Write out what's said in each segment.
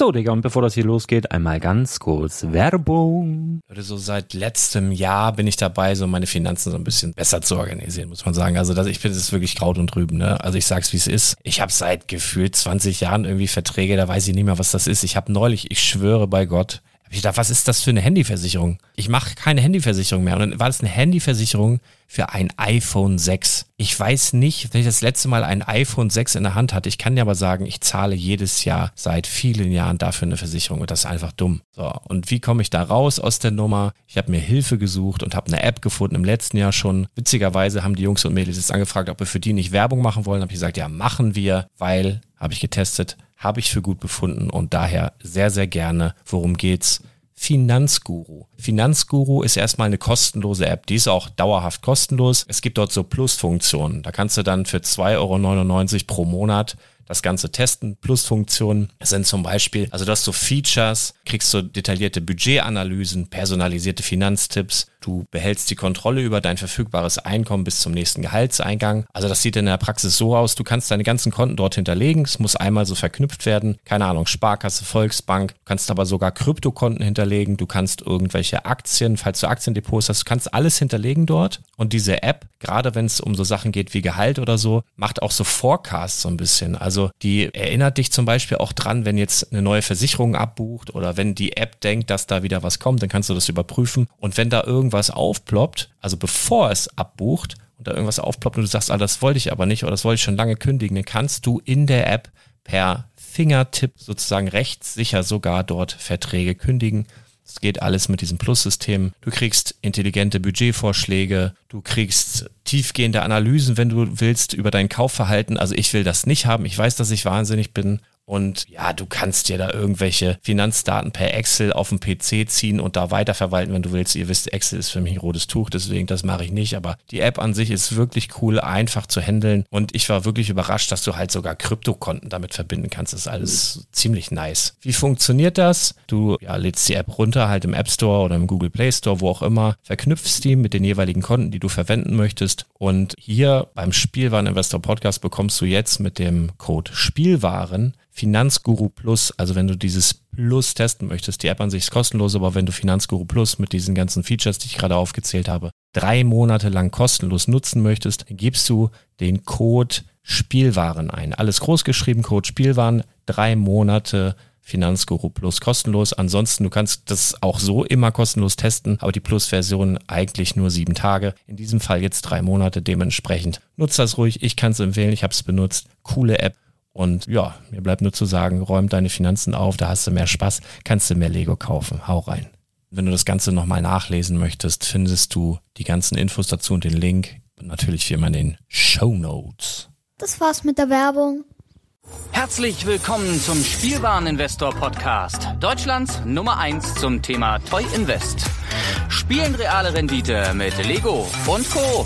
So, Digga, und bevor das hier losgeht, einmal ganz kurz Werbung. So seit letztem Jahr bin ich dabei, so meine Finanzen so ein bisschen besser zu organisieren, muss man sagen. Also ich bin jetzt wirklich Kraut und Rüben, ne? Also ich sag's, wie es ist. Ich habe seit gefühlt 20 Jahren irgendwie Verträge, da weiß ich nicht mehr, was das ist. Ich habe neulich, ich schwöre bei Gott, ich dachte, was ist das für eine Handyversicherung? Ich mache keine Handyversicherung mehr. Und dann war das eine Handyversicherung für ein iPhone 6. Ich weiß nicht, wenn ich das letzte Mal ein iPhone 6 in der Hand hatte. Ich kann dir aber sagen, ich zahle jedes Jahr seit vielen Jahren dafür eine Versicherung. Und das ist einfach dumm. So, und wie komme ich da raus aus der Nummer? Ich habe mir Hilfe gesucht und habe eine App gefunden im letzten Jahr schon. Witzigerweise haben die Jungs und Mädels jetzt angefragt, ob wir für die nicht Werbung machen wollen. Habe ich gesagt, ja, machen wir, weil, habe ich getestet, habe ich für gut befunden und daher sehr, sehr gerne. Worum geht's? Finanzguru. Finanzguru ist erstmal eine kostenlose App. Die ist auch dauerhaft kostenlos. Es gibt dort so Plusfunktionen. Da kannst du dann für 2,99 € pro Monat das Ganze testen. Plusfunktionen sind zum Beispiel, also du hast so Features, kriegst so detaillierte Budgetanalysen, personalisierte Finanztipps, du behältst die Kontrolle über dein verfügbares Einkommen bis zum nächsten Gehaltseingang. Also das sieht in der Praxis so aus, du kannst deine ganzen Konten dort hinterlegen, es muss einmal so verknüpft werden, keine Ahnung, Sparkasse, Volksbank, du kannst aber sogar Kryptokonten hinterlegen, du kannst irgendwelche Aktien, falls du Aktiendepots hast, du kannst alles hinterlegen dort und diese App, gerade wenn es um so Sachen geht wie Gehalt oder so, macht auch so Forecasts so ein bisschen, also die erinnert dich zum Beispiel auch dran, wenn jetzt eine neue Versicherung abbucht oder wenn die App denkt, dass da wieder was kommt, dann kannst du das überprüfen und wenn da irgendwas aufploppt, also bevor es abbucht und da irgendwas aufploppt und du sagst, das wollte ich aber nicht oder das wollte ich schon lange kündigen, dann kannst du in der App per Fingertipp sozusagen rechtssicher sogar dort Verträge kündigen. Das geht alles mit diesem Plus-System. Du kriegst intelligente Budgetvorschläge, du kriegst tiefgehende Analysen, wenn du willst, über dein Kaufverhalten. Also ich will das nicht haben. Ich weiß, dass ich wahnsinnig bin. Und ja, du kannst dir da irgendwelche Finanzdaten per Excel auf dem PC ziehen und da weiterverwalten, wenn du willst. Ihr wisst, Excel ist für mich ein rotes Tuch, deswegen das mache ich nicht. Aber die App an sich ist wirklich cool, einfach zu handeln. Und ich war wirklich überrascht, dass du halt sogar Kryptokonten damit verbinden kannst. Das ist alles ziemlich nice. Wie funktioniert das? Du lädst die App runter, halt im App Store oder im Google Play Store, wo auch immer, verknüpfst die mit den jeweiligen Konten, die du verwenden möchtest. Und hier beim Spielwareninvestor Podcast bekommst du jetzt mit dem Code Spielwaren Finanzguru Plus, also wenn du dieses Plus testen möchtest, die App an sich ist kostenlos, aber wenn du Finanzguru Plus mit diesen ganzen Features, die ich gerade aufgezählt habe, 3 Monate lang kostenlos nutzen möchtest, dann gibst du den Code Spielwaren ein. Alles groß geschrieben, Code Spielwaren, 3 Monate Finanzguru Plus kostenlos. Ansonsten, du kannst das auch so immer kostenlos testen, aber die Plus-Version eigentlich nur 7 Tage. In diesem Fall jetzt 3 Monate, dementsprechend nutzt das ruhig. Ich kann es empfehlen, ich habe es benutzt. Coole App. Und ja, mir bleibt nur zu sagen, räum deine Finanzen auf, da hast du mehr Spaß, kannst du mehr Lego kaufen. Hau rein. Wenn du das Ganze nochmal nachlesen möchtest, findest du die ganzen Infos dazu und den Link. Und natürlich wie immer in den Shownotes. Das war's mit der Werbung. Herzlich willkommen zum Spielwareninvestor Podcast. Deutschlands Nummer 1 zum Thema Toy Invest. Spielen reale Rendite mit Lego und Co.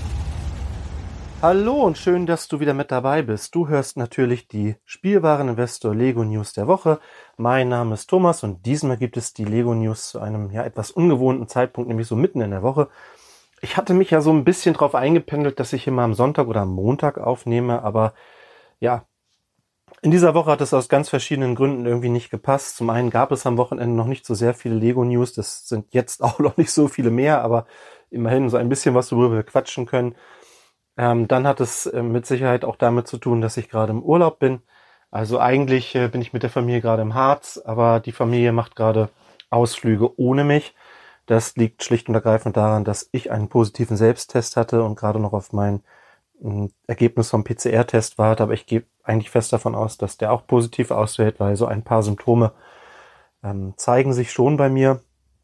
Hallo und schön, dass du wieder mit dabei bist. Du hörst natürlich die Spielwareninvestor Lego News der Woche. Mein Name ist Thomas und diesmal gibt es die Lego News zu einem etwas ungewohnten Zeitpunkt, nämlich so mitten in der Woche. Ich hatte mich ja so ein bisschen drauf eingependelt, dass ich immer am Sonntag oder am Montag aufnehme, aber ja, in dieser Woche hat es aus ganz verschiedenen Gründen irgendwie nicht gepasst. Zum einen gab es am Wochenende noch nicht so sehr viele Lego News, das sind jetzt auch noch nicht so viele mehr, aber immerhin so ein bisschen was, worüber wir quatschen können. Dann hat es mit Sicherheit auch damit zu tun, dass ich gerade im Urlaub bin. Also eigentlich bin ich mit der Familie gerade im Harz, aber die Familie macht gerade Ausflüge ohne mich. Das liegt schlicht und ergreifend daran, dass ich einen positiven Selbsttest hatte und gerade noch auf mein Ergebnis vom PCR-Test warte. Aber ich gehe eigentlich fest davon aus, dass der auch positiv ausfällt, weil so ein paar Symptome zeigen sich schon bei mir.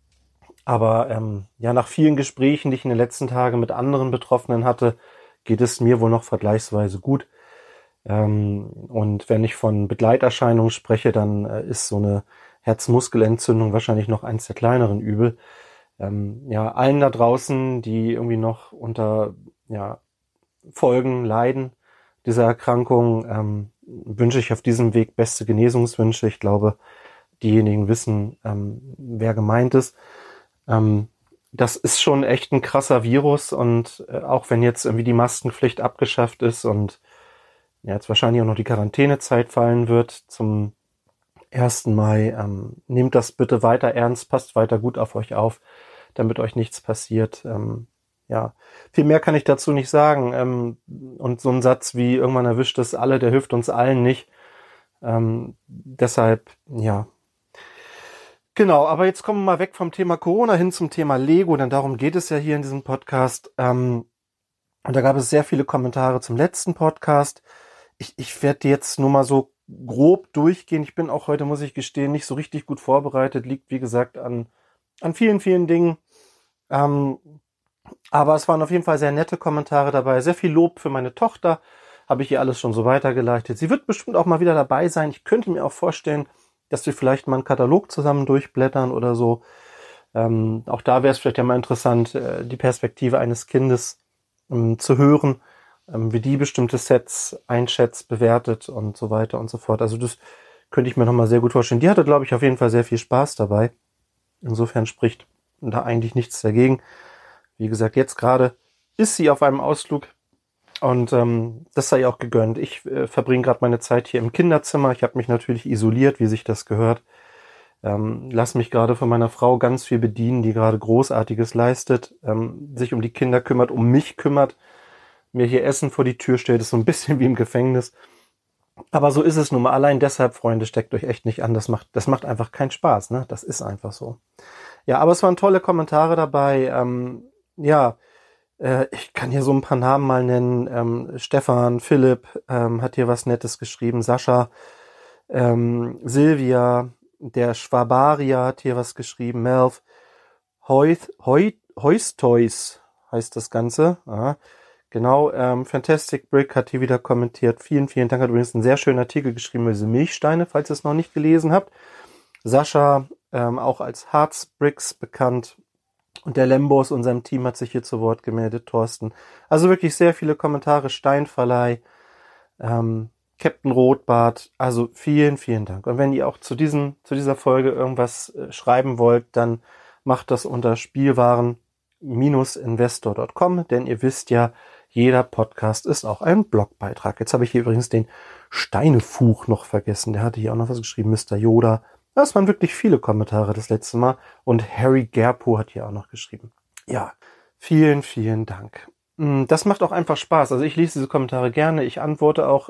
Aber nach vielen Gesprächen, die ich in den letzten Tagen mit anderen Betroffenen hatte, geht es mir wohl noch vergleichsweise gut. Und wenn ich von Begleiterscheinungen spreche, dann ist so eine Herzmuskelentzündung wahrscheinlich noch eins der kleineren Übel. Allen da draußen, die irgendwie noch unter Folgen leiden dieser Erkrankung, wünsche ich auf diesem Weg beste Genesungswünsche. Ich glaube, diejenigen wissen, wer gemeint ist. Das ist schon echt ein krasser Virus und auch wenn jetzt irgendwie die Maskenpflicht abgeschafft ist und jetzt wahrscheinlich auch noch die Quarantänezeit fallen wird zum 1. Mai. Nehmt das bitte weiter ernst, passt weiter gut auf euch auf, damit euch nichts passiert. Ja, viel mehr kann ich dazu nicht sagen. Und so ein Satz wie irgendwann erwischt es alle, der hilft uns allen nicht. Deshalb, ja. Genau, aber jetzt kommen wir mal weg vom Thema Corona hin zum Thema Lego, denn darum geht es ja hier in diesem Podcast. Und da gab es sehr viele Kommentare zum letzten Podcast. Ich werde jetzt nur mal so grob durchgehen. Ich bin auch heute, muss ich gestehen, nicht so richtig gut vorbereitet. Liegt, wie gesagt, an vielen, vielen Dingen. Aber es waren auf jeden Fall sehr nette Kommentare dabei. Sehr viel Lob für meine Tochter. Habe ich ihr alles schon so weitergeleitet. Sie wird bestimmt auch mal wieder dabei sein. Ich könnte mir auch vorstellen, dass wir vielleicht mal einen Katalog zusammen durchblättern oder so. Auch da wäre es vielleicht ja mal interessant, die Perspektive eines Kindes zu hören, wie die bestimmte Sets einschätzt, bewertet und so weiter und so fort. Also das könnte ich mir nochmal sehr gut vorstellen. Die hatte, glaube ich, auf jeden Fall sehr viel Spaß dabei. Insofern spricht da eigentlich nichts dagegen. Wie gesagt, jetzt gerade ist sie auf einem Ausflug und das sei ihr auch gegönnt. Ich verbringe gerade meine Zeit hier im Kinderzimmer. Ich habe mich natürlich isoliert, wie sich das gehört. Lass mich gerade von meiner Frau ganz viel bedienen, die gerade Großartiges leistet, sich um die Kinder kümmert, um mich kümmert, mir hier Essen vor die Tür stellt, ist so ein bisschen wie im Gefängnis. Aber so ist es nun mal. Allein deshalb, Freunde, steckt euch echt nicht an. Das macht einfach keinen Spaß, ne? Das ist einfach so. Ja, aber es waren tolle Kommentare dabei. Ich kann hier so ein paar Namen mal nennen. Stefan, Philipp hat hier was Nettes geschrieben. Sascha, Silvia, der Schwabaria hat hier was geschrieben. Melv, Heustoys heißt das Ganze. Ja, genau, Fantastic Brick hat hier wieder kommentiert. Vielen, vielen Dank. Hat übrigens einen sehr schönen Artikel geschrieben über diese Milchsteine, falls ihr es noch nicht gelesen habt. Sascha, auch als Harzbricks bekannt. Und der Lembo aus unserem Team hat sich hier zu Wort gemeldet, Thorsten. Also wirklich sehr viele Kommentare, Steinverleih, Captain Rotbart, also vielen, vielen Dank. Und wenn ihr auch zu dieser Folge irgendwas schreiben wollt, dann macht das unter spielwaren-investor.com, denn ihr wisst ja, jeder Podcast ist auch ein Blogbeitrag. Jetzt habe ich hier übrigens den Steinefuch noch vergessen. Der hatte hier auch noch was geschrieben, Mr. Yoda. Das waren wirklich viele Kommentare das letzte Mal. Und Harry Gerpo hat hier auch noch geschrieben. Ja, vielen, vielen Dank. Das macht auch einfach Spaß. Also ich lese diese Kommentare gerne. Ich antworte auch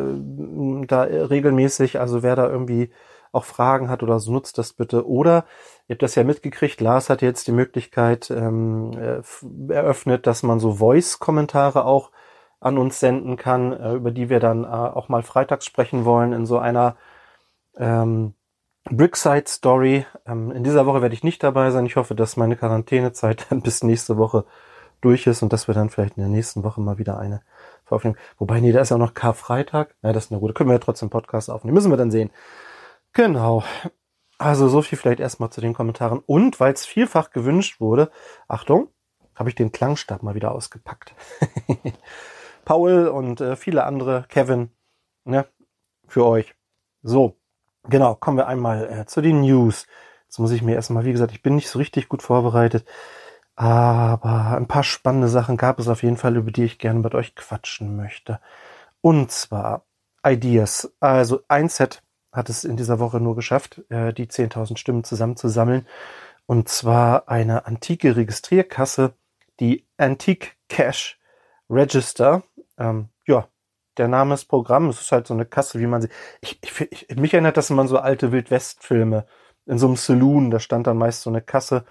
da regelmäßig. Also wer da irgendwie auch Fragen hat oder so, nutzt das bitte. Oder, ihr habt das ja mitgekriegt, Lars hat jetzt die Möglichkeit eröffnet, dass man so Voice-Kommentare auch an uns senden kann, über die wir dann auch mal freitags sprechen wollen in so einer Brickside Story. In dieser Woche werde ich nicht dabei sein. Ich hoffe, dass meine Quarantänezeit dann bis nächste Woche durch ist und dass wir dann vielleicht in der nächsten Woche mal wieder eine veröffentlichen. Wobei, nee, da ist ja auch noch Karfreitag. Ja, das ist eine gute. Können wir ja trotzdem Podcast aufnehmen. Müssen wir dann sehen. Genau. Also so viel vielleicht erstmal zu den Kommentaren. Und weil es vielfach gewünscht wurde, Achtung, habe ich den Klangstab mal wieder ausgepackt. Paul und viele andere, Kevin, ne, für euch. So. Genau, kommen wir einmal zu den News. Jetzt muss ich mir erstmal, wie gesagt, ich bin nicht so richtig gut vorbereitet, aber ein paar spannende Sachen gab es auf jeden Fall, über die ich gerne mit euch quatschen möchte. Und zwar Ideas. Also ein Set hat es in dieser Woche nur geschafft, die 10.000 Stimmen zusammenzusammeln. Und zwar eine antike Registrierkasse, die Antique Cash Register. Der Name ist Programm, es ist halt so eine Kasse, wie man sie... mich erinnert das immer an so alte Wild-West-Filme. In so einem Saloon, da stand dann meist so eine Kasse,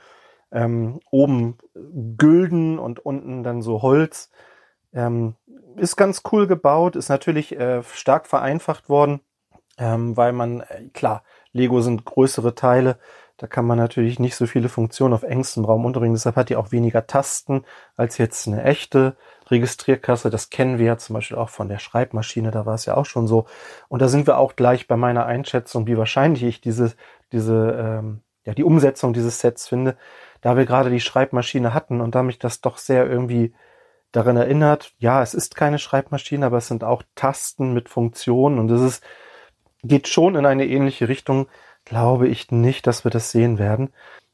oben Gülden und unten dann so Holz. Ist ganz cool gebaut, ist natürlich stark vereinfacht worden, weil man, klar, Lego sind größere Teile, da kann man natürlich nicht so viele Funktionen auf engstem Raum unterbringen, deshalb hat die auch weniger Tasten als jetzt eine echte Registrierkasse. Das kennen wir ja zum Beispiel auch von der Schreibmaschine, da war es ja auch schon so. Und da sind wir auch gleich bei meiner Einschätzung, wie wahrscheinlich ich die Umsetzung dieses Sets finde, da wir gerade die Schreibmaschine hatten und da mich das doch sehr irgendwie daran erinnert, ja, es ist keine Schreibmaschine, aber es sind auch Tasten mit Funktionen und es geht schon in eine ähnliche Richtung, glaube ich nicht, dass wir das sehen werden.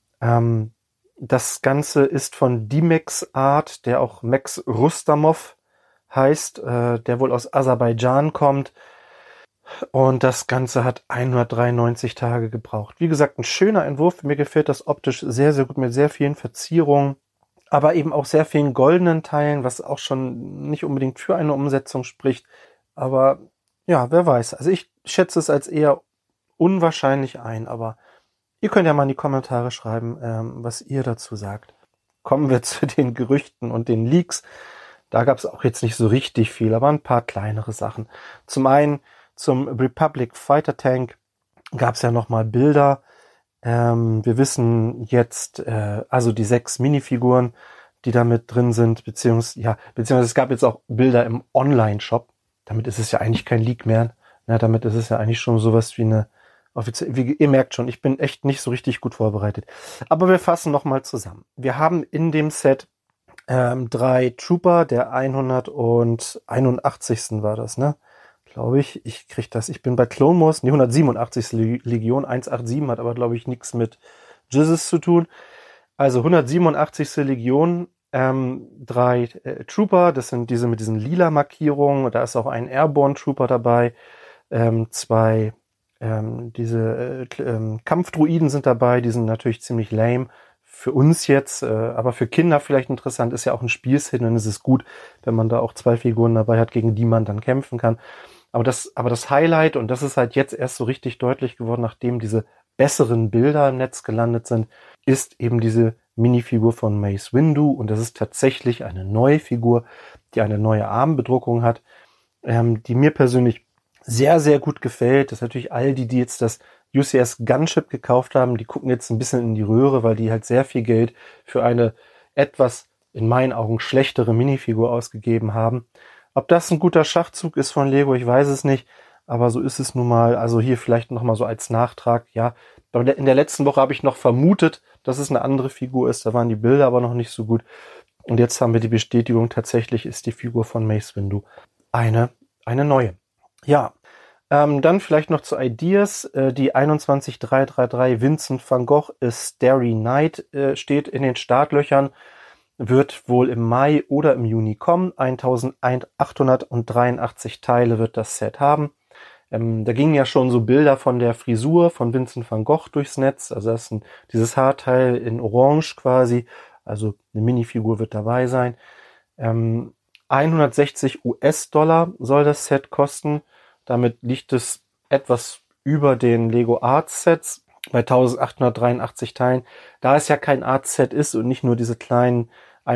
Das Ganze ist von Dimex Art, der auch Max Rustamov heißt, der wohl aus Aserbaidschan kommt. Und das Ganze hat 193 Tage gebraucht. Wie gesagt, ein schöner Entwurf. Mir gefällt das optisch sehr, sehr gut mit sehr vielen Verzierungen, aber eben auch sehr vielen goldenen Teilen, was auch schon nicht unbedingt für eine Umsetzung spricht. Aber ja, wer weiß. Also ich schätze es als eher unwahrscheinlich ein, aber ihr könnt ja mal in die Kommentare schreiben, was ihr dazu sagt. Kommen wir zu den Gerüchten und den Leaks. Da gab es auch jetzt nicht so richtig viel, aber ein paar kleinere Sachen. Zum einen zum Republic Fighter Tank gab es ja nochmal Bilder. Wir wissen jetzt, also die 6 Minifiguren, die da mit drin sind, beziehungsweise es gab jetzt auch Bilder im Online-Shop. Damit ist es ja eigentlich kein Leak mehr. Na, damit ist es ja eigentlich schon sowas wie eine offizielle, ihr merkt schon, ich bin echt nicht so richtig gut vorbereitet. Aber wir fassen nochmal zusammen. Wir haben in dem Set 3 Trooper, der 181. war das, ne? Glaube ich. Ich krieg das. Ich bin bei Clone Wars, die 187. Legion, 187 hat aber, glaube ich, nichts mit Jizzes zu tun. Also 187. Legion, 3 Trooper, das sind diese mit diesen lila Markierungen. Da ist auch ein Airborne Trooper dabei. 2 Kampfdruiden sind dabei, die sind natürlich ziemlich lame. Für uns jetzt, aber für Kinder vielleicht interessant, ist ja auch ein Spielszene, dann ist es gut, wenn man da auch 2 Figuren dabei hat, gegen die man dann kämpfen kann. Aber das Highlight, und das ist halt jetzt erst so richtig deutlich geworden, nachdem diese besseren Bilder im Netz gelandet sind, ist eben diese Minifigur von Mace Windu, und das ist tatsächlich eine neue Figur, die eine neue Armbedruckung hat, die mir persönlich sehr, sehr gut gefällt. Das ist natürlich all die jetzt das UCS Gunship gekauft haben, die gucken jetzt ein bisschen in die Röhre, weil die halt sehr viel Geld für eine etwas, in meinen Augen, schlechtere Minifigur ausgegeben haben. Ob das ein guter Schachzug ist von Lego, ich weiß es nicht, aber so ist es nun mal. Also hier vielleicht nochmal so als Nachtrag, ja. In der letzten Woche habe ich noch vermutet, dass es eine andere Figur ist, da waren die Bilder aber noch nicht so gut. Und jetzt haben wir die Bestätigung, tatsächlich ist die Figur von Mace Windu eine neue. Ja. Dann vielleicht noch zu Ideas. Die 21333 Vincent van Gogh A Starry Night steht in den Startlöchern, wird wohl im Mai oder im Juni kommen. 1883 Teile wird das Set haben. Da gingen ja schon so Bilder von der Frisur von Vincent van Gogh durchs Netz. Also das ist dieses Haarteil in Orange quasi. Also eine Minifigur wird dabei sein. 160 US-Dollar soll das Set kosten. Damit liegt es etwas über den Lego Arts Sets bei 1883 Teilen. Da es ja kein Arts Set ist und nicht nur diese kleinen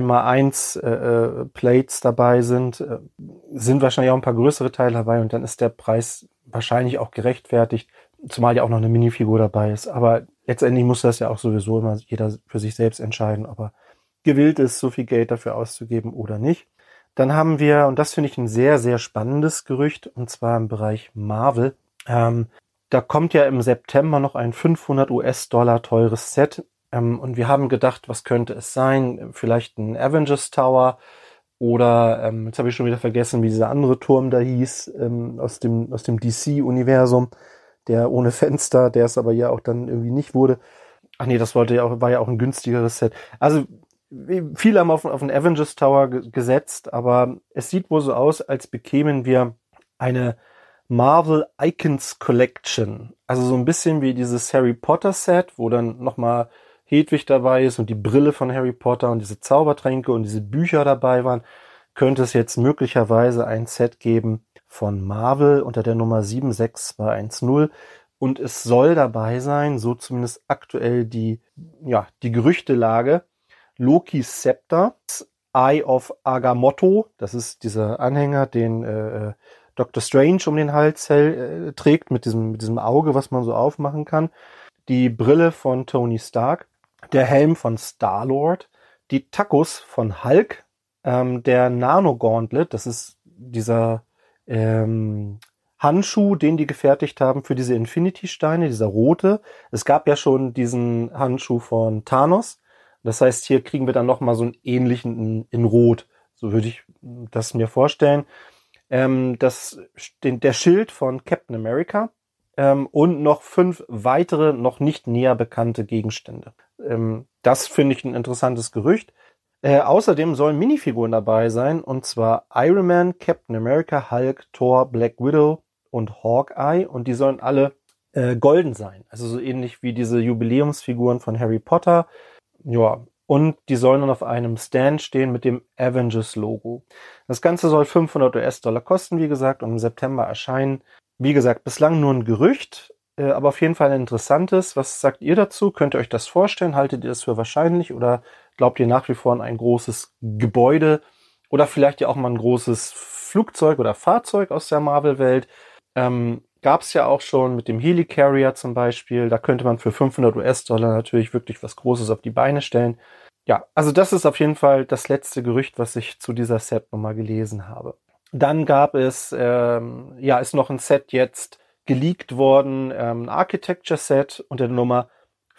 1x1 Plates dabei sind, sind wahrscheinlich auch ein paar größere Teile dabei, und dann ist der Preis wahrscheinlich auch gerechtfertigt, zumal ja auch noch eine Minifigur dabei ist. Aber letztendlich muss das ja auch sowieso immer jeder für sich selbst entscheiden, ob er gewillt ist, so viel Geld dafür auszugeben oder nicht. Dann haben wir, und das finde ich ein sehr, sehr spannendes Gerücht, und zwar im Bereich Marvel. Da kommt ja im September noch ein 500 US-Dollar teures Set. Und wir haben gedacht, was könnte es sein? Vielleicht ein Avengers Tower oder, jetzt habe ich schon wieder vergessen, wie dieser andere Turm da hieß, aus dem DC-Universum, der ohne Fenster, der es aber ja auch dann irgendwie nicht wurde. Ach nee, das war ja auch ein günstigeres Set. Also viele haben auf einen Avengers Tower gesetzt, aber es sieht wohl so aus, als bekämen wir eine Marvel Icons Collection. Also so ein bisschen wie dieses Harry Potter Set, wo dann nochmal Hedwig dabei ist und die Brille von Harry Potter und diese Zaubertränke und diese Bücher dabei waren. Könnte es jetzt möglicherweise ein Set geben von Marvel unter der Nummer 76210. Und es soll dabei sein, so zumindest aktuell die Gerüchtelage, Loki's Scepter, Eye of Agamotto, das ist dieser Anhänger, den Dr. Strange um den Hals trägt, mit diesem Auge, was man so aufmachen kann, die Brille von Tony Stark, der Helm von Star-Lord, die Tacos von Hulk, der Nano-Gauntlet, das ist dieser Handschuh, den die gefertigt haben für diese Infinity-Steine, dieser rote. Es gab ja schon diesen Handschuh von Thanos. Das heißt, hier kriegen wir dann nochmal so einen ähnlichen in Rot. So würde ich das mir vorstellen. Der Schild von Captain America und noch 5 weitere, noch nicht näher bekannte Gegenstände. Das finde ich ein interessantes Gerücht. Außerdem sollen Minifiguren dabei sein, und zwar Iron Man, Captain America, Hulk, Thor, Black Widow und Hawkeye und die sollen alle golden sein. Also so ähnlich wie diese Jubiläumsfiguren von Harry Potter. Ja, und die sollen dann auf einem Stand stehen mit dem Avengers-Logo. Das Ganze soll $500 kosten, wie gesagt, und im September erscheinen. Wie gesagt, bislang nur ein Gerücht, aber auf jeden Fall ein interessantes. Was sagt ihr dazu? Könnt ihr euch das vorstellen? Haltet ihr das für wahrscheinlich oder glaubt ihr nach wie vor an ein großes Gebäude oder vielleicht ja auch mal ein großes Flugzeug oder Fahrzeug aus der Marvel-Welt? Gab es ja auch schon mit dem Helicarrier zum Beispiel. Da könnte man für $500 natürlich wirklich was Großes auf die Beine stellen. Ja, also das ist auf jeden Fall das letzte Gerücht, was ich zu dieser Setnummer gelesen habe. Dann gab es, ist noch ein Set jetzt geleakt worden, ein Architecture-Set unter der Nummer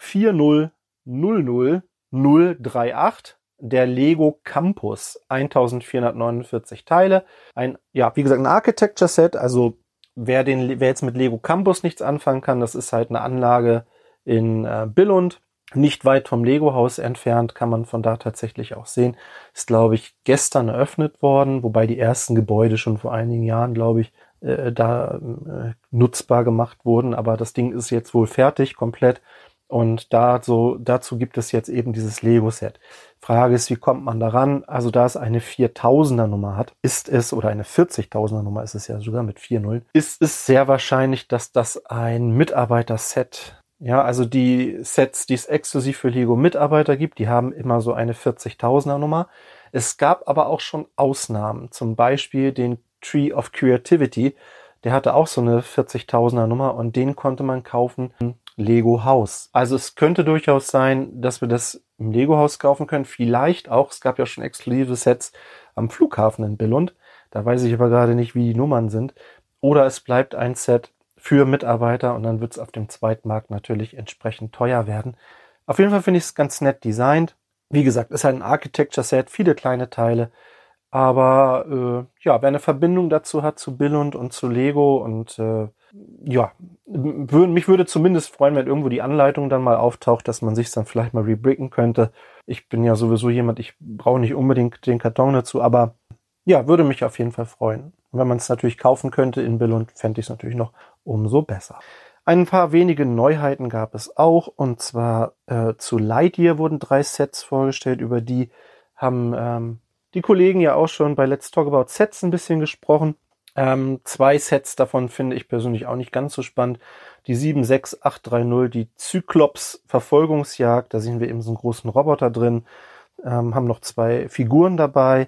4000038, der Lego Campus, 1449 Teile. Wie gesagt, ein Architecture-Set, also wer jetzt mit Lego Campus nichts anfangen kann, das ist halt eine Anlage in Billund, nicht weit vom Lego-Haus entfernt, kann man von da tatsächlich auch sehen. Ist, glaube ich, gestern eröffnet worden, wobei die ersten Gebäude schon vor einigen Jahren, glaube ich, nutzbar gemacht wurden. Aber das Ding ist jetzt wohl fertig, komplett. Und dazu gibt es jetzt eben dieses Lego-Set. Frage ist, wie kommt man daran? Also da es eine 4000er Nummer hat, oder eine 40.000er Nummer ist es ja sogar mit 4 Nullen, ist es sehr wahrscheinlich, dass das ein Mitarbeiter-Set, ja, also die Sets, die es exklusiv für Lego-Mitarbeiter gibt, die haben immer so eine 40.000er Nummer. Es gab aber auch schon Ausnahmen, zum Beispiel den Tree of Creativity, der hatte auch so eine 40.000er Nummer und den konnte man kaufen im Lego Haus. Also es könnte durchaus sein, dass wir das im Lego Haus kaufen können. Vielleicht auch, es gab ja schon exklusive Sets am Flughafen in Billund. Da weiß ich aber gerade nicht, wie die Nummern sind. Oder es bleibt ein Set für Mitarbeiter und dann wird es auf dem Zweitmarkt natürlich entsprechend teuer werden. Auf jeden Fall finde ich es ganz nett designt. Wie gesagt, ist halt ein Architecture-Set, viele kleine Teile. Aber wer eine Verbindung dazu hat, zu Billund und zu Lego und mich würde zumindest freuen, wenn irgendwo die Anleitung dann mal auftaucht, dass man sich dann vielleicht mal rebricken könnte. Ich bin ja sowieso jemand, ich brauche nicht unbedingt den Karton dazu, aber ja, würde mich auf jeden Fall freuen. Und wenn man es natürlich kaufen könnte in Billund, fände ich es natürlich noch umso besser. Ein paar wenige Neuheiten gab es auch, und zwar zu Lightyear wurden 3 Sets vorgestellt, über die haben die Kollegen ja auch schon bei Let's Talk About Sets ein bisschen gesprochen. 2 Sets davon finde ich persönlich auch nicht ganz so spannend. Die 76830, die Cyclops-Verfolgungsjagd, da sehen wir eben so einen großen Roboter drin, haben noch 2 Figuren dabei.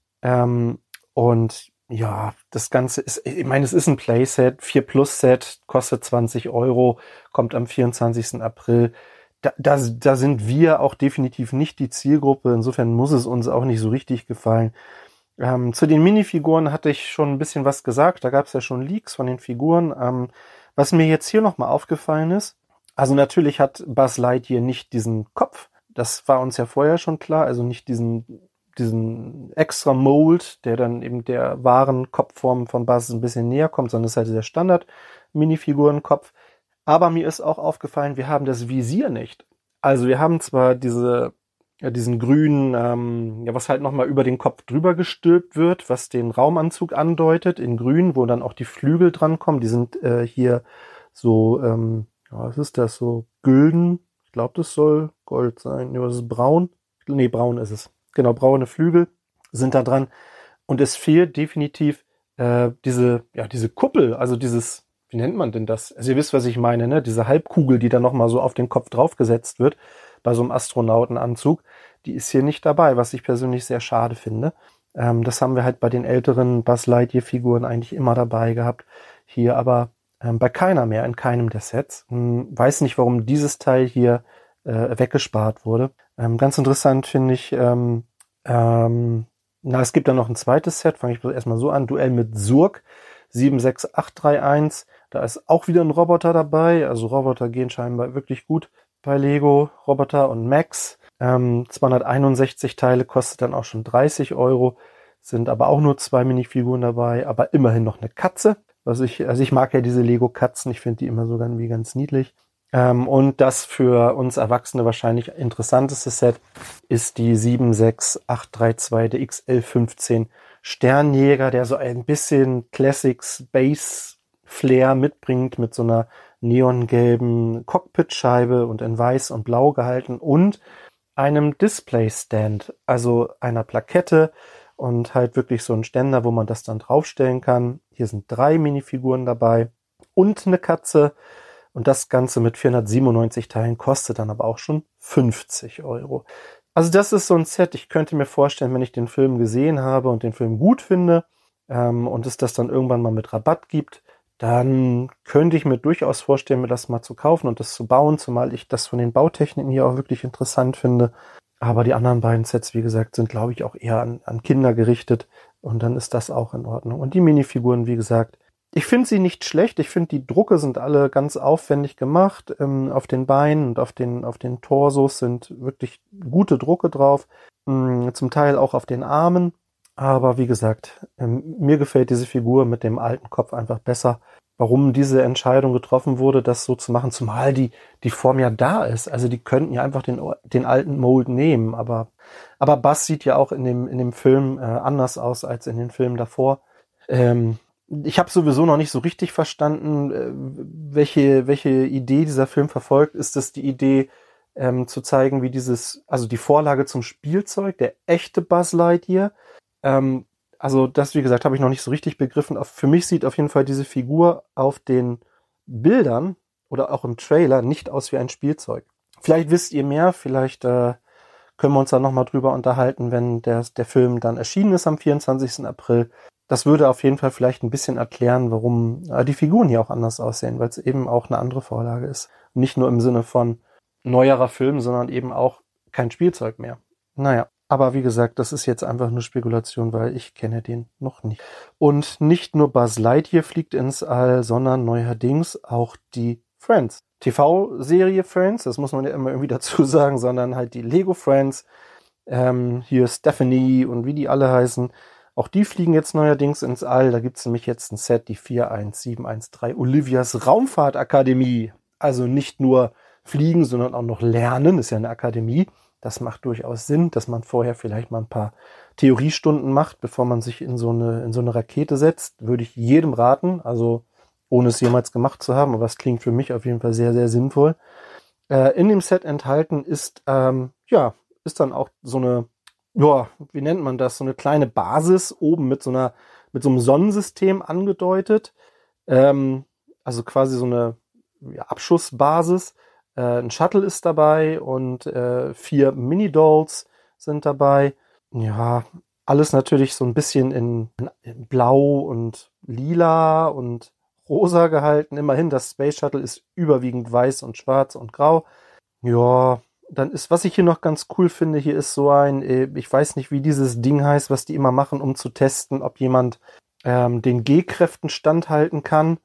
Und ja, das Ganze ist, ich meine, es ist ein Playset, 4-Plus-Set, kostet 20 €, kommt am 24. April. Da sind wir auch definitiv nicht die Zielgruppe. Insofern muss es uns auch nicht so richtig gefallen. Zu den Minifiguren hatte ich schon ein bisschen was gesagt. Da gab es ja schon Leaks von den Figuren. Was mir jetzt hier nochmal aufgefallen ist, also natürlich hat Buzz Lightyear nicht diesen Kopf. Das war uns ja vorher schon klar. Also nicht diesen extra Mold, der dann eben der wahren Kopfform von Buzz ein bisschen näher kommt, sondern es ist halt dieser Standard-Minifigurenkopf. Aber mir ist auch aufgefallen, wir haben das Visier nicht. Also wir haben zwar diesen grünen, was halt nochmal über den Kopf drüber gestülpt wird, was den Raumanzug andeutet, in grün, wo dann auch die Flügel dran kommen. Die sind hier so, was ist das, so gülden. Ich glaube, das soll Gold sein. Ja, das ist braun. Nee, braun ist es. Genau, braune Flügel sind da dran. Und es fehlt definitiv diese Kuppel, also dieses, wie nennt man denn das? Also ihr wisst, was ich meine, ne? Diese Halbkugel, die dann nochmal so auf den Kopf draufgesetzt wird, bei so einem Astronautenanzug, die ist hier nicht dabei, was ich persönlich sehr schade finde. Das haben wir halt bei den älteren Buzz Lightyear-Figuren eigentlich immer dabei gehabt. Hier aber bei keiner mehr, in keinem der Sets. Weiß nicht, warum dieses Teil hier weggespart wurde. Ganz interessant finde ich, es gibt dann noch ein zweites Set, fange ich erstmal so an, Duell mit Zurg, 76831. Da ist auch wieder ein Roboter dabei. Also Roboter gehen scheinbar wirklich gut bei Lego. Roboter und Max. 261 Teile, kostet dann auch schon 30 €. Sind aber auch nur 2 Minifiguren dabei, aber immerhin noch eine Katze. Ich mag ja diese Lego-Katzen. Ich finde die immer so irgendwie ganz niedlich. Und das für uns Erwachsene wahrscheinlich interessanteste Set ist die 76832, der XL15 Sternjäger, der so ein bisschen Classic Space Flair mitbringt mit so einer neongelben Cockpitscheibe und in weiß und blau gehalten und einem Display-Stand, also einer Plakette und halt wirklich so ein Ständer, wo man das dann draufstellen kann. Hier sind 3 Minifiguren dabei und eine Katze und das Ganze mit 497 Teilen kostet dann aber auch schon 50 Euro. Also das ist so ein Set, ich könnte mir vorstellen, wenn ich den Film gesehen habe und den Film gut finde und es das dann irgendwann mal mit Rabatt gibt, dann könnte ich mir durchaus vorstellen, mir das mal zu kaufen und das zu bauen, zumal ich das von den Bautechniken hier auch wirklich interessant finde. Aber die anderen beiden Sets, wie gesagt, sind, glaube ich, auch eher an Kinder gerichtet und dann ist das auch in Ordnung. Und die Minifiguren, wie gesagt, ich finde sie nicht schlecht. Ich finde, die Drucke sind alle ganz aufwendig gemacht. Auf den Beinen und auf den Torsos sind wirklich gute Drucke drauf. Zum Teil auch auf den Armen. Aber wie gesagt, mir gefällt diese Figur mit dem alten Kopf einfach besser. Warum diese Entscheidung getroffen wurde, das so zu machen, zumal die Form ja da ist. Also die könnten ja einfach den alten Mold nehmen. Aber Buzz sieht ja auch in dem Film anders aus als in den Filmen davor. Ich habe sowieso noch nicht so richtig verstanden, welche Idee dieser Film verfolgt. Ist es die Idee, zu zeigen, wie also die Vorlage zum Spielzeug, der echte Buzz Lightyear. Also das, wie gesagt, habe ich noch nicht so richtig begriffen. Für mich sieht auf jeden Fall diese Figur auf den Bildern oder auch im Trailer nicht aus wie ein Spielzeug. Vielleicht wisst ihr mehr, vielleicht können wir uns da nochmal drüber unterhalten, wenn der Film dann erschienen ist am 24. April. Das würde auf jeden Fall vielleicht ein bisschen erklären, warum die Figuren hier auch anders aussehen, weil es eben auch eine andere Vorlage ist. Nicht nur im Sinne von neuerer Film, sondern eben auch kein Spielzeug mehr. Naja. Aber wie gesagt, das ist jetzt einfach nur Spekulation, weil ich kenne den noch nicht. Und nicht nur Buzz Lightyear fliegt ins All, sondern neuerdings auch die Friends. TV-Serie Friends, das muss man ja immer irgendwie dazu sagen, sondern halt die Lego Friends. Hier Stephanie und wie die alle heißen. Auch die fliegen jetzt neuerdings ins All. Da gibt's nämlich jetzt ein Set, die 41713 Olivias Raumfahrtakademie. Also nicht nur fliegen, sondern auch noch lernen. Ist ja eine Akademie. Das macht durchaus Sinn, dass man vorher vielleicht mal ein paar Theoriestunden macht, bevor man sich in so eine Rakete setzt. Würde ich jedem raten, also ohne es jemals gemacht zu haben, aber es klingt für mich auf jeden Fall sehr, sehr sinnvoll. In dem Set enthalten ist dann auch so eine, wie nennt man das, so eine kleine Basis oben mit so einem Sonnensystem angedeutet. Also quasi so eine Abschussbasis. Ein Shuttle ist dabei und 4 Mini-Dolls sind dabei. Ja, alles natürlich so ein bisschen in Blau und Lila und Rosa gehalten. Immerhin, das Space Shuttle ist überwiegend weiß und schwarz und grau. Ja, dann ist, was ich hier noch ganz cool finde, hier ist so ich weiß nicht, wie dieses Ding heißt, was die immer machen, um zu testen, ob jemand den G-Kräften standhalten kann.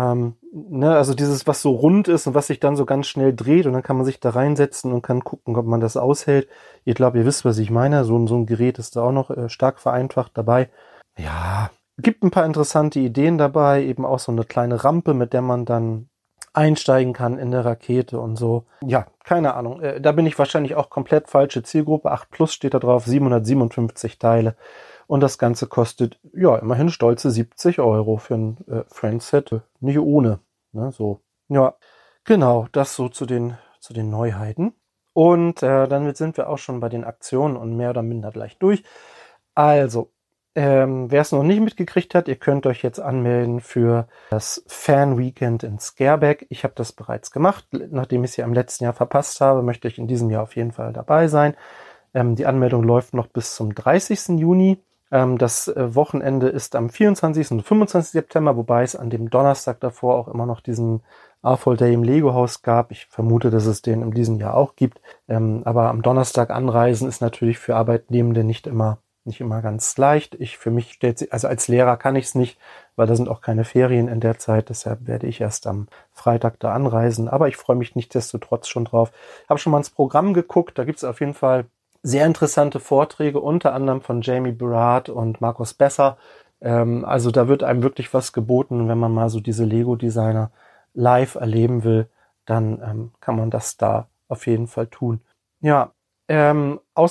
Also dieses, was so rund ist und was sich dann so ganz schnell dreht und dann kann man sich da reinsetzen und kann gucken, ob man das aushält. Ich glaube, ihr wisst, was ich meine. So ein Gerät ist da auch noch stark vereinfacht dabei. Ja, gibt ein paar interessante Ideen dabei. Eben auch so eine kleine Rampe, mit der man dann einsteigen kann in der Rakete und so. Ja, keine Ahnung. Da bin ich wahrscheinlich auch komplett falsche Zielgruppe. 8+ steht da drauf, 757 Teile. Und das Ganze kostet, ja, immerhin stolze 70 Euro für ein Friends-Set. Nicht ohne. Ne, so. Ja, genau, das so zu den Neuheiten. Und damit sind wir auch schon bei den Aktionen und mehr oder minder gleich durch. Also, wer es noch nicht mitgekriegt hat, ihr könnt euch jetzt anmelden für das Fan-Weekend in Scareback. Ich habe das bereits gemacht. Nachdem ich es ja im letzten Jahr verpasst habe, möchte ich in diesem Jahr auf jeden Fall dabei sein. Die Anmeldung läuft noch bis zum 30. Juni. Das Wochenende ist am 24. und 25. September, wobei es an dem Donnerstag davor auch immer noch diesen Artful Day im Lego-Haus gab. Ich vermute, dass es den in diesem Jahr auch gibt. Aber am Donnerstag anreisen ist natürlich für Arbeitnehmende nicht immer ganz leicht. Für mich also als Lehrer kann ich es nicht, weil da sind auch keine Ferien in der Zeit. Deshalb werde ich erst am Freitag da anreisen. Aber ich freue mich nichtsdestotrotz schon drauf. Habe schon mal ins Programm geguckt. Da gibt es auf jeden Fall sehr interessante Vorträge, unter anderem von Jamie Burrard und Markus Besser. Also da wird einem wirklich was geboten. Wenn man mal so diese Lego-Designer live erleben will, dann kann man das da auf jeden Fall tun. Ja,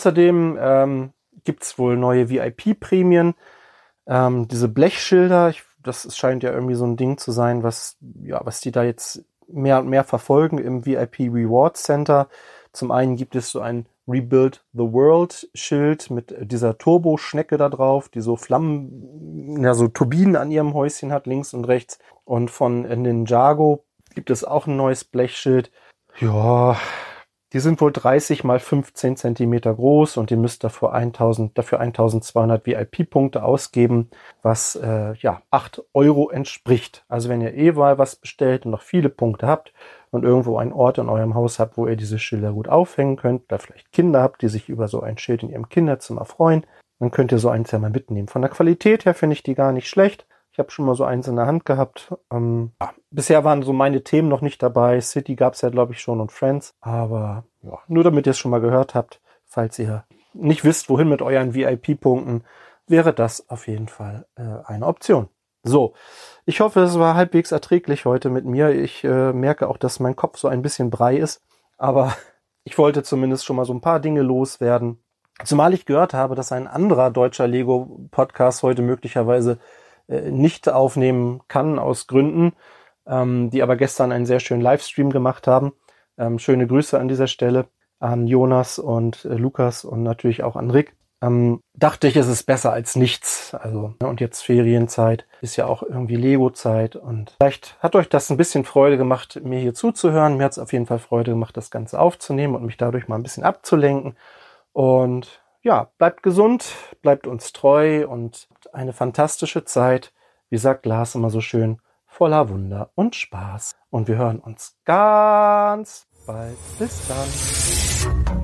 außerdem gibt's wohl neue VIP-Prämien. Diese Blechschilder, ich das scheint ja irgendwie so ein Ding zu sein, was die da jetzt mehr und mehr verfolgen im VIP Rewards Center. Zum einen gibt es so ein Rebuild the World Schild mit dieser Turboschnecke da drauf, die so Flammen, so Turbinen an ihrem Häuschen hat, links und rechts. Und von Ninjago gibt es auch ein neues Blechschild. Ja, die sind wohl 30 mal 15 Zentimeter groß und ihr müsst dafür 1200 VIP-Punkte ausgeben, was 8 Euro entspricht. Also wenn ihr mal was bestellt und noch viele Punkte habt und irgendwo einen Ort in eurem Haus habt, wo ihr diese Schilder gut aufhängen könnt, oder vielleicht Kinder habt, die sich über so ein Schild in ihrem Kinderzimmer freuen, dann könnt ihr so eins ja mal mitnehmen. Von der Qualität her finde ich die gar nicht schlecht. Ich habe schon mal so eins in der Hand gehabt. Bisher waren so meine Themen noch nicht dabei. City gab es ja, glaube ich, schon und Friends. Aber ja, nur damit ihr es schon mal gehört habt, falls ihr nicht wisst, wohin mit euren VIP-Punkten, wäre das auf jeden Fall eine Option. So, ich hoffe, es war halbwegs erträglich heute mit mir. Ich merke auch, dass mein Kopf so ein bisschen Brei ist. Aber ich wollte zumindest schon mal so ein paar Dinge loswerden. Zumal ich gehört habe, dass ein anderer deutscher Lego-Podcast heute möglicherweise nicht aufnehmen kann aus Gründen, die aber gestern einen sehr schönen Livestream gemacht haben. Schöne Grüße an dieser Stelle an Jonas und Lukas und natürlich auch an Rick. Dachte ich, es ist besser als nichts. Also, und jetzt Ferienzeit, ist ja auch irgendwie Lego-Zeit und vielleicht hat euch das ein bisschen Freude gemacht, mir hier zuzuhören. Mir hat es auf jeden Fall Freude gemacht, das Ganze aufzunehmen und mich dadurch mal ein bisschen abzulenken. Und ja, bleibt gesund, bleibt uns treu und eine fantastische Zeit. Wie sagt Lars immer so schön, voller Wunder und Spaß. Und wir hören uns ganz bald. Bis dann.